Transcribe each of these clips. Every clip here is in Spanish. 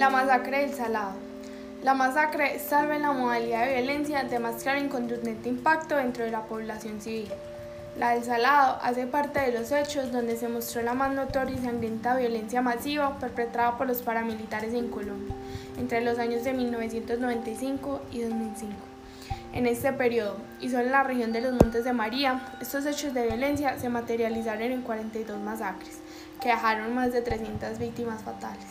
La masacre del Salado. La masacre es tal vez la modalidad de violencia de más claro y contundente impacto dentro de la población civil. La del Salado hace parte de los hechos donde se mostró la más notoria y sangrienta violencia masiva perpetrada por los paramilitares en Colombia entre los años de 1995 y 2005. En este periodo, y solo en la región de los Montes de María, estos hechos de violencia se materializaron en 42 masacres, que dejaron más de 300 víctimas fatales.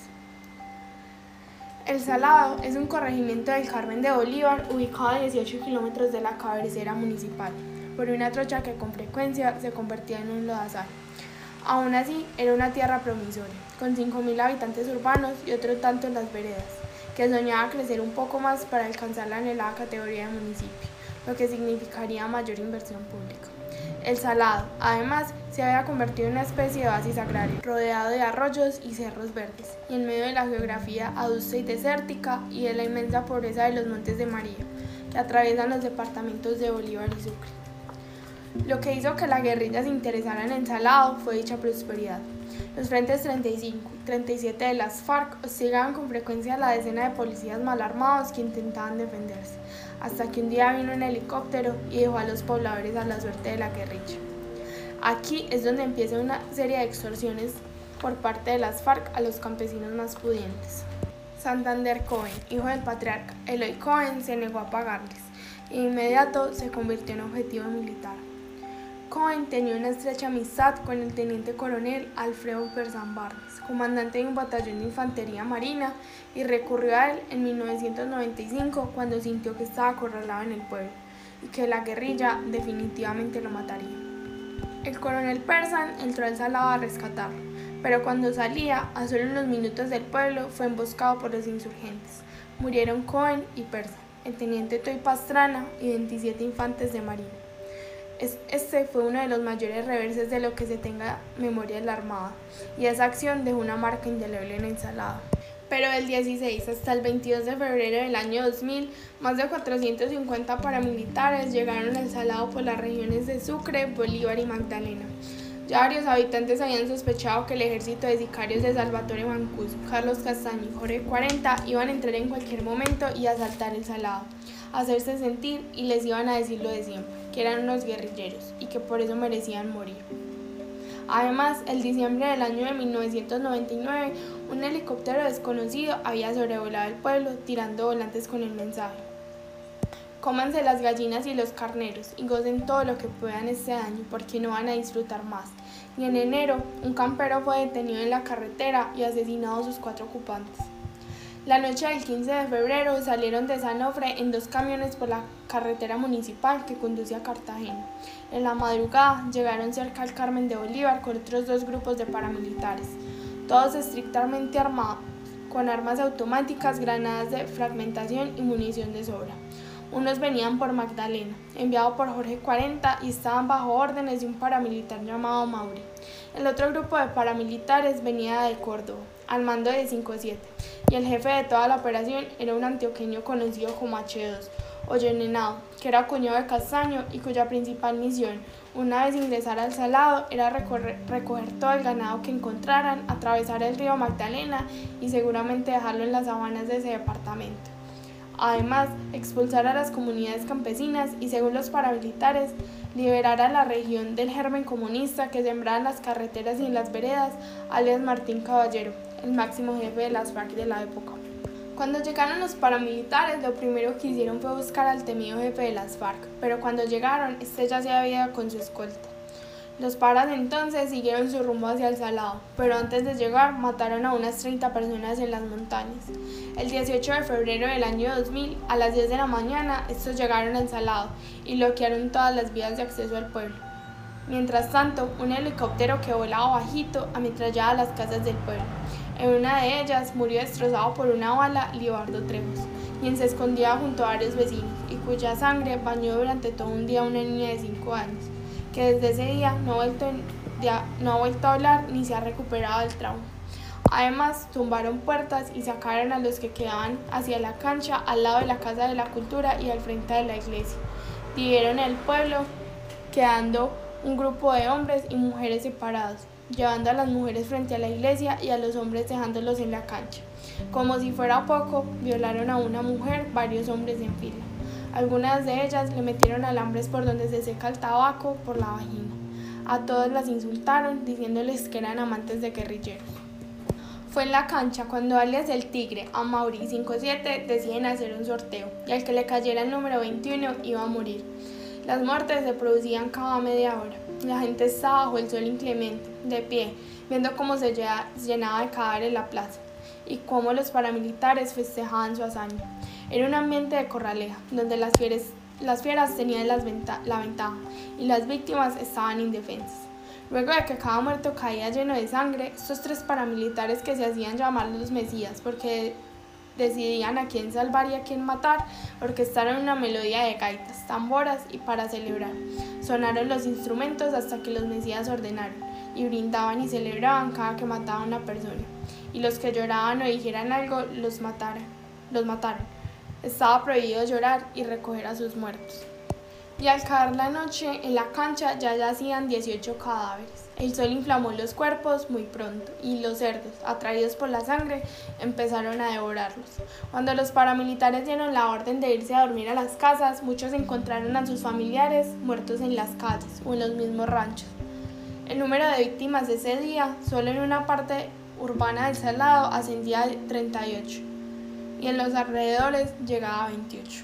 El Salado es un corregimiento del Carmen de Bolívar ubicado a 18 kilómetros de la cabecera municipal, por una trocha que con frecuencia se convertía en un lodazal. Aún así, era una tierra promisoria, con 5.000 habitantes urbanos y otro tanto en las veredas, que soñaba crecer un poco más para alcanzar la anhelada categoría de municipio, lo que significaría mayor inversión pública. El Salado, además, se había convertido en una especie de oasis agrario, rodeado de arroyos y cerros verdes, y en medio de la geografía adusta y desértica y de la inmensa pobreza de los Montes de María, que atraviesan los departamentos de Bolívar y Sucre. Lo que hizo que la guerrilla se interesara en el Salado fue dicha prosperidad. Los frentes 35 y 37 de las FARC hostigaban con frecuencia a la decena de policías mal armados que intentaban defenderse, hasta que un día vino un helicóptero y dejó a los pobladores a la suerte de la guerrilla. Aquí es donde empieza una serie de extorsiones por parte de las FARC a los campesinos más pudientes. Santander Cohen, hijo del patriarca Eloy Cohen, se negó a pagarles e inmediato se convirtió en objetivo militar. Cohen tenía una estrecha amistad con el teniente coronel Alfredo Perzán Barnes, comandante de un batallón de infantería marina, y recurrió a él en 1995 cuando sintió que estaba acorralado en el pueblo y que la guerrilla definitivamente lo mataría. El coronel Perzán entró al Salado a rescatarlo, pero cuando salía, a solo unos minutos del pueblo, fue emboscado por los insurgentes. Murieron Cohen y Perzán, el teniente Toy Pastrana y 27 infantes de marina. Este fue uno de los mayores reverses de lo que se tenga memoria de la Armada, y esa acción dejó una marca indeleble en el Salado. Pero del 16 hasta el 22 de febrero del año 2000, más de 450 paramilitares llegaron al Salado por las regiones de Sucre, Bolívar y Magdalena. Ya varios habitantes habían sospechado que el ejército de sicarios de Salvatore Mancuso, Carlos Castaño y Jorge 40 iban a entrar en cualquier momento y asaltar el Salado, hacerse sentir, y les iban a decir lo de siempre, que eran unos guerrilleros y que por eso merecían morir. Además, el diciembre del año de 1999, un helicóptero desconocido había sobrevolado el pueblo tirando volantes con el mensaje: cómanse las gallinas y los carneros y gocen todo lo que puedan este año porque no van a disfrutar más. Y en enero, un campero fue detenido en la carretera y asesinado a sus 4 ocupantes. La noche del 15 de febrero salieron de San Onofre en 2 camiones por la carretera municipal que conduce a Cartagena. En la madrugada llegaron cerca al Carmen de Bolívar con otros 2 grupos de paramilitares, todos estrictamente armados, con armas automáticas, granadas de fragmentación y munición de sobra. Unos venían por Magdalena, enviado por Jorge 40, y estaban bajo órdenes de un paramilitar llamado Mauri. El otro grupo de paramilitares venía de Córdoba, al mando de 5-7, y el jefe de toda la operación era un antioqueño conocido como H2, Ollenenao, que era cuñado de Castaño y cuya principal misión, una vez ingresar al Salado, era recoger todo el ganado que encontraran, atravesar el río Magdalena y seguramente dejarlo en las sabanas de ese departamento. Además, expulsar a las comunidades campesinas y, según los paramilitares, liberar a la región del germen comunista que sembraba en las carreteras y en las veredas, alias Martín Caballero, el máximo jefe de las FARC de la época. Cuando llegaron los paramilitares, lo primero que hicieron fue buscar al temido jefe de las FARC, pero cuando llegaron, este ya se había ido con su escolta. Los paras entonces siguieron su rumbo hacia el Salado, pero antes de llegar mataron a unas 30 personas en las montañas. El 18 de febrero del año 2000, a las 10 de la mañana, estos llegaron al Salado y bloquearon todas las vías de acceso al pueblo. Mientras tanto, un helicóptero que volaba bajito ametrallaba las casas del pueblo. En una de ellas murió destrozado por una bala Libardo Trejos, quien se escondía junto a varios vecinos y cuya sangre bañó durante todo un día a una niña de 5 años, que desde ese día no ha vuelto a hablar ni se ha recuperado del trauma. Además, tumbaron puertas y sacaron a los que quedaban hacia la cancha al lado de la Casa de la Cultura y al frente de la iglesia. Dividieron el pueblo, quedando un grupo de hombres y mujeres separados. llevando a las mujeres frente a la iglesia y a los hombres dejándolos en la cancha. Como si fuera poco, violaron a una mujer varios hombres en fila. Algunas de ellas le metieron alambres por donde se seca el tabaco por la vagina. A todas las insultaron, diciéndoles que eran amantes de guerrilleros. Fue en la cancha cuando alias el Tigre, Amaury 57, deciden hacer un sorteo, y al que le cayera el número 21 iba a morir. Las muertes se producían cada media hora. La gente estaba bajo el sol inclemente, de pie, viendo cómo se llenaba de cadáveres la plaza, y cómo los paramilitares festejaban su hazaña. Era un ambiente de corraleja, donde las fieras tenían la ventaja, y las víctimas estaban indefensas. Luego de que cada muerto caía lleno de sangre, estos 3 paramilitares que se hacían llamar los Mesías porque decidían a quién salvar y a quién matar, orquestaron una melodía de gaitas, tamboras y para celebrar. Sonaron los instrumentos hasta que los Mesías ordenaron, y brindaban y celebraban cada que mataba a una persona, y los que lloraban o dijeran algo los mataron. Estaba prohibido llorar y recoger a sus muertos. Y al caer la noche, en la cancha ya yacían 18 cadáveres. El sol inflamó los cuerpos muy pronto, y los cerdos, atraídos por la sangre, empezaron a devorarlos. Cuando los paramilitares dieron la orden de irse a dormir a las casas, muchos encontraron a sus familiares muertos en las calles o en los mismos ranchos. El número de víctimas ese día, solo en una parte urbana del Salado, ascendía a 38, y en los alrededores llegaba a 28.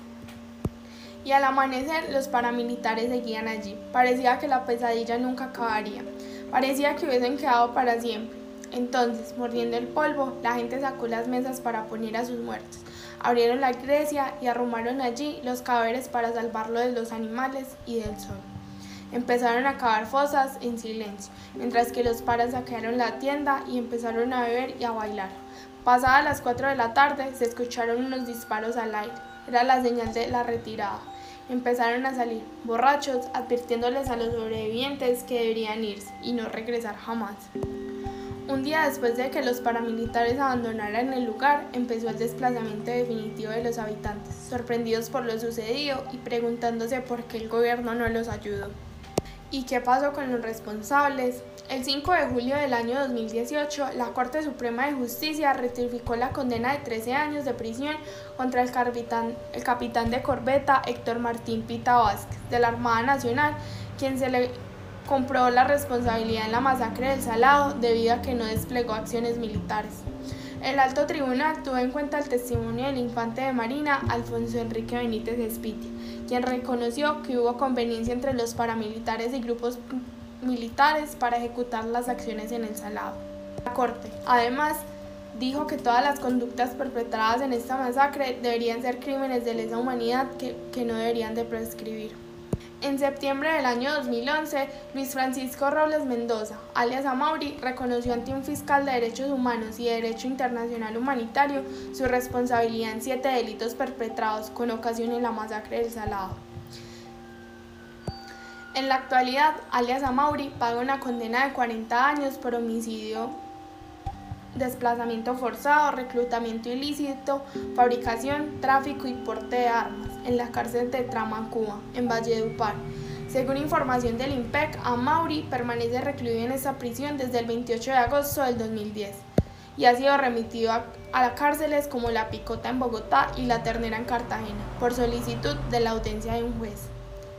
Y al amanecer los paramilitares seguían allí. Parecía que la pesadilla nunca acabaría. Parecía que hubiesen quedado para siempre. Entonces, mordiendo el polvo, la gente sacó las mesas para poner a sus muertos. Abrieron la iglesia y arrumaron allí los cadáveres para salvarlo de los animales y del sol. Empezaron a cavar fosas en silencio, mientras que los paras saquearon la tienda y empezaron a beber y a bailar. Pasadas las 4 de la tarde, se escucharon unos disparos al aire. Era la señal de la retirada. Empezaron a salir borrachos, advirtiéndoles a los sobrevivientes que deberían irse y no regresar jamás. Un día después de que los paramilitares abandonaran el lugar, empezó el desplazamiento definitivo de los habitantes, sorprendidos por lo sucedido y preguntándose por qué el gobierno no los ayudó. ¿Y qué pasó con los responsables? El 5 de julio del año 2018, la Corte Suprema de Justicia ratificó la condena de 13 años de prisión contra el capitán de corbeta Héctor Martín Pita Vázquez, de la Armada Nacional, quien se le comprobó la responsabilidad en la masacre del Salado debido a que no desplegó acciones militares. El alto tribunal tuvo en cuenta el testimonio del infante de Marina, Alfonso Enrique Benítez Espitia, quien reconoció que hubo conveniencia entre los paramilitares y grupos militares para ejecutar las acciones en el Salado. La Corte, además, dijo que todas las conductas perpetradas en esta masacre deberían ser crímenes de lesa humanidad que no deberían de prescribir. En septiembre del año 2011, Luis Francisco Robles Mendoza, alias Amaury, reconoció ante un fiscal de derechos humanos y de derecho internacional humanitario su responsabilidad en 7 delitos perpetrados con ocasión en la masacre del Salado. En la actualidad, alias Amaury paga una condena de 40 años por homicidio, desplazamiento forzado, reclutamiento ilícito, fabricación, tráfico y porte de armas en la cárcel de Tramancuba, en Valledupar. Según información del IMPEC, Amaury permanece recluido en esta prisión desde el 28 de agosto del 2010 y ha sido remitido a cárceles como La Picota en Bogotá y La Ternera en Cartagena, por solicitud de la audiencia de un juez.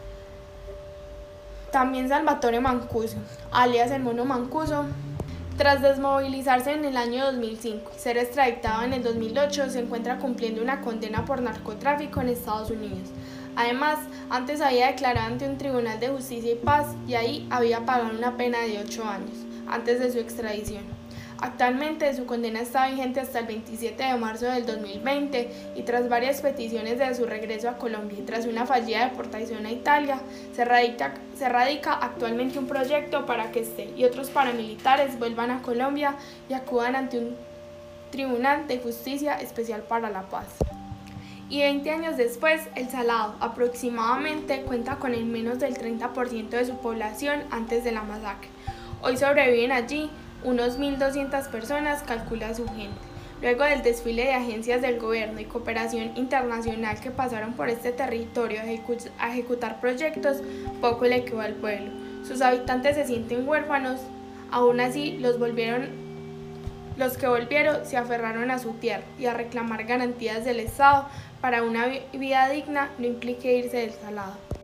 También Salvatore Mancuso, alias el Mono Mancuso, tras desmovilizarse en el año 2005 y ser extraditado en el 2008, se encuentra cumpliendo una condena por narcotráfico en Estados Unidos. Además, antes había declarado ante un tribunal de justicia y paz y ahí había pagado una pena de 8 años, antes de su extradición. Actualmente su condena está vigente hasta el 27 de marzo del 2020 y tras varias peticiones de su regreso a Colombia y tras una fallida deportación a Italia, se radica actualmente un proyecto para que este y otros paramilitares vuelvan a Colombia y acudan ante un tribunal de justicia especial para la paz. Y 20 años después, El Salado aproximadamente cuenta con el menos del 30% de su población antes de la masacre. Hoy sobreviven allí unos 1.200 personas, calcula su gente. Luego del desfile de agencias del gobierno y cooperación internacional que pasaron por este territorio a ejecutar proyectos, poco le quedó al pueblo. Sus habitantes se sienten huérfanos Aún así, los que volvieron se aferraron a su tierra y a reclamar garantías del Estado para una vida digna no implique irse del Salado.